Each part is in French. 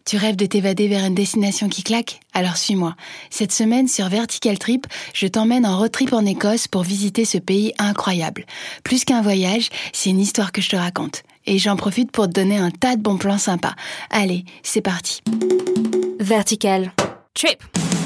Tu rêves de t'évader vers une destination qui claque ? Alors suis-moi. Cette semaine, sur Vertical Trip, je t'emmène en road trip en Écosse pour visiter ce pays incroyable. Plus qu'un voyage, c'est une histoire que je te raconte. Et j'en profite pour te donner un tas de bons plans sympas. Allez, c'est parti. Vertical Trip.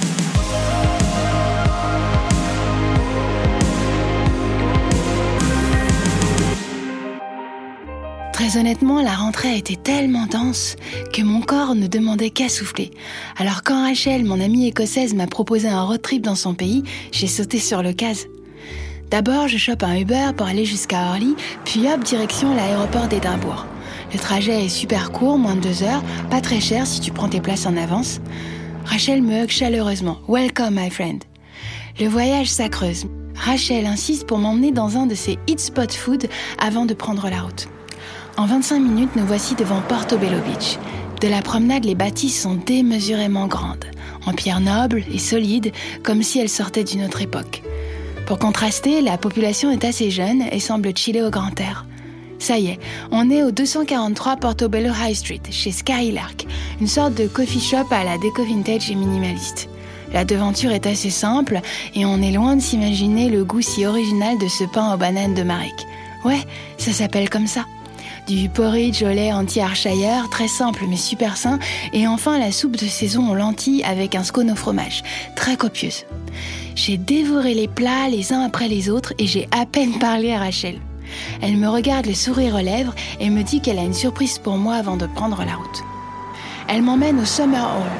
Très honnêtement, la rentrée a été tellement dense que mon corps ne demandait qu'à souffler. Alors quand Rachel, mon amie écossaise, m'a proposé un road trip dans son pays, j'ai sauté sur l'occasion. D'abord, je chope un Uber pour aller jusqu'à Orly, puis hop, direction l'aéroport d'Édimbourg. Le trajet est super court, moins de 2 heures, pas très cher si tu prends tes places en avance. Rachel me hug chaleureusement. « Welcome, my friend ». Le voyage s'accreuse. Rachel insiste pour m'emmener dans un de ses hit spot food avant de prendre la route. En 25 minutes, nous voici devant Portobello Beach. De la promenade, les bâtisses sont démesurément grandes, en pierre noble et solide, comme si elles sortaient d'une autre époque. Pour contraster, la population est assez jeune et semble chiller au grand air. Ça y est, on est au 243 Portobello High Street, chez Skylark, une sorte de coffee shop à la déco vintage et minimaliste. La devanture est assez simple et on est loin de s'imaginer le goût si original de ce pain aux bananes de Marek. Ouais, ça s'appelle comme ça. Du porridge au lait anti-Arshire, très simple mais super sain, et enfin la soupe de saison aux lentilles avec un scone au fromage, très copieuse. J'ai dévoré les plats les uns après les autres et j'ai à peine parlé à Rachel. Elle me regarde le sourire aux lèvres et me dit qu'elle a une surprise pour moi avant de prendre la route. Elle m'emmène au Summer Hall.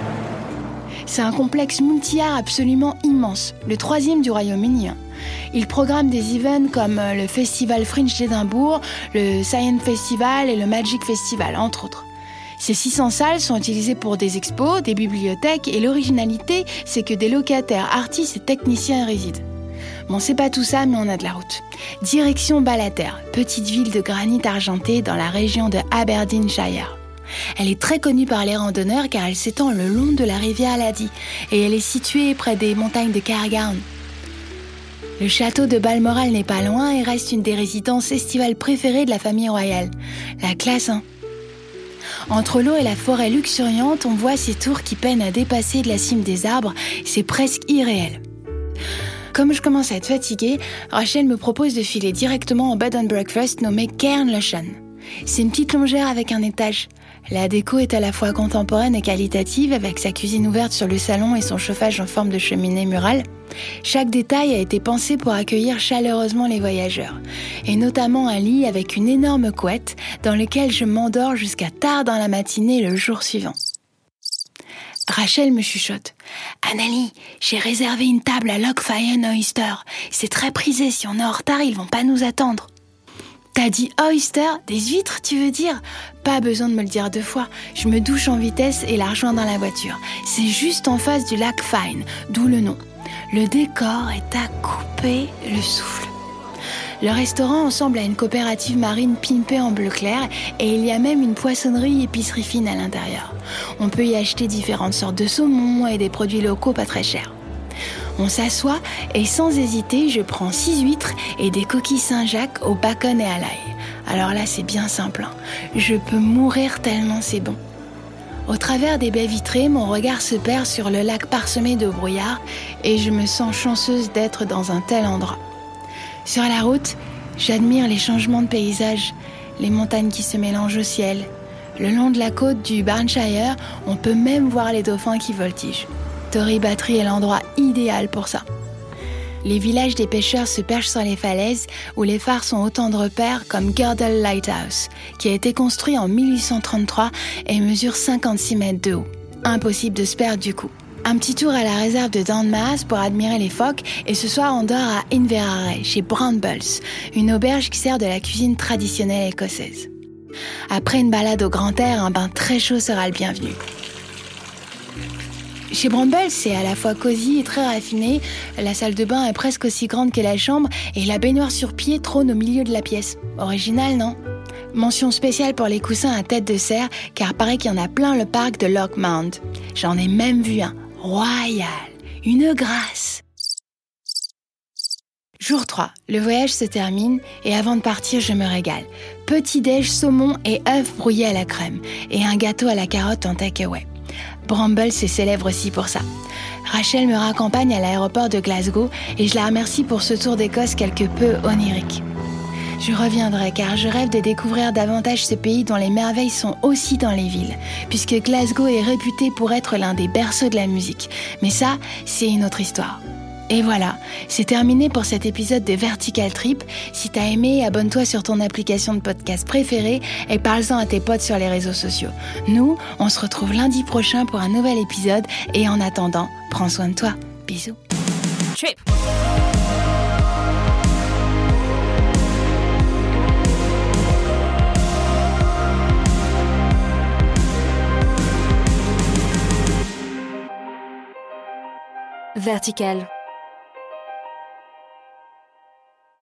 C'est un complexe multi-art absolument immense, le 3e du Royaume-Uni. Il programme des events comme le Festival Fringe d'Édimbourg, le Science Festival et le Magic Festival, entre autres. Ces 600 salles sont utilisées pour des expos, des bibliothèques et l'originalité, c'est que des locataires, artistes et techniciens y résident. Bon, c'est pas tout ça, mais on a de la route. Direction Ballater, petite ville de granit argenté dans la région de Aberdeenshire. Elle est très connue par les randonneurs car elle s'étend le long de la rivière Laddie et elle est située près des montagnes de Cairngorm. Le château de Balmoral n'est pas loin et reste une des résidences estivales préférées de la famille royale. La classe, hein. Entre l'eau et la forêt luxuriante, on voit ces tours qui peinent à dépasser de la cime des arbres. C'est presque irréel. Comme je commence à être fatiguée, Rachel me propose de filer directement au bed and breakfast nommé Cairn Lochan. C'est une petite longère avec un étage. La déco est à la fois contemporaine et qualitative avec sa cuisine ouverte sur le salon et son chauffage en forme de cheminée murale. Chaque détail a été pensé pour accueillir chaleureusement les voyageurs. Et notamment un lit avec une énorme couette dans lequel je m'endors jusqu'à tard dans la matinée le jour suivant. Rachel me chuchote. « Annalie, j'ai réservé une table à Loch Fyne Oyster. C'est très prisé, si on est en retard, ils vont pas nous attendre. » T'as dit oyster, des huîtres, tu veux dire ? Pas besoin de me le dire 2 fois. Je me douche en vitesse et la rejoins dans la voiture. C'est juste en face du lac Fyne, d'où le nom. Le décor est à couper le souffle. Le restaurant ressemble à une coopérative marine pimpée en bleu clair et il y a même une poissonnerie et épicerie fine à l'intérieur. On peut y acheter différentes sortes de saumon et des produits locaux pas très chers. On s'assoit et sans hésiter, je prends 6 huîtres et des coquilles Saint-Jacques au bacon et à l'ail. Alors là, c'est bien simple, hein. Je peux mourir tellement c'est bon. Au travers des baies vitrées, mon regard se perd sur le lac parsemé de brouillard et je me sens chanceuse d'être dans un tel endroit. Sur la route, j'admire les changements de paysage, les montagnes qui se mélangent au ciel. Le long de la côte du Barnshire, on peut même voir les dauphins qui voltigent. Torrey Battery est l'endroit idéal pour ça. Les villages des pêcheurs se perchent sur les falaises où les phares sont autant de repères comme Girdle Lighthouse, qui a été construit en 1833 et mesure 56 mètres de haut. Impossible de se perdre du coup. Un petit tour à la réserve de Downmass pour admirer les phoques et ce soir on dort à Inverary, chez Brambles, une auberge qui sert de la cuisine traditionnelle écossaise. Après une balade au grand air, un bain très chaud sera le bienvenu. Chez Brambles, c'est à la fois cosy et très raffiné. La salle de bain est presque aussi grande que la chambre et la baignoire sur pied trône au milieu de la pièce. Original, non ? Mention spéciale pour les coussins à tête de cerf, car paraît qu'il y en a plein le parc de Lochmount. J'en ai même vu un. Royal. Une grâce. Jour 3, le voyage se termine et avant de partir, je me régale. Petit-déj, saumon et œufs brouillés à la crème. Et un gâteau à la carotte en takeaway. Brambles est célèbre aussi pour ça. Rachel me raccompagne à l'aéroport de Glasgow et je la remercie pour ce tour d'Écosse quelque peu onirique. Je reviendrai car je rêve de découvrir davantage ce pays dont les merveilles sont aussi dans les villes, puisque Glasgow est réputé pour être l'un des berceaux de la musique. Mais ça, c'est une autre histoire. Et voilà, c'est terminé pour cet épisode de Vertical Trip. Si t'as aimé, abonne-toi sur ton application de podcast préférée et parle-en à tes potes sur les réseaux sociaux. Nous, on se retrouve lundi prochain pour un nouvel épisode et en attendant, prends soin de toi. Bisous. Trip. Vertical.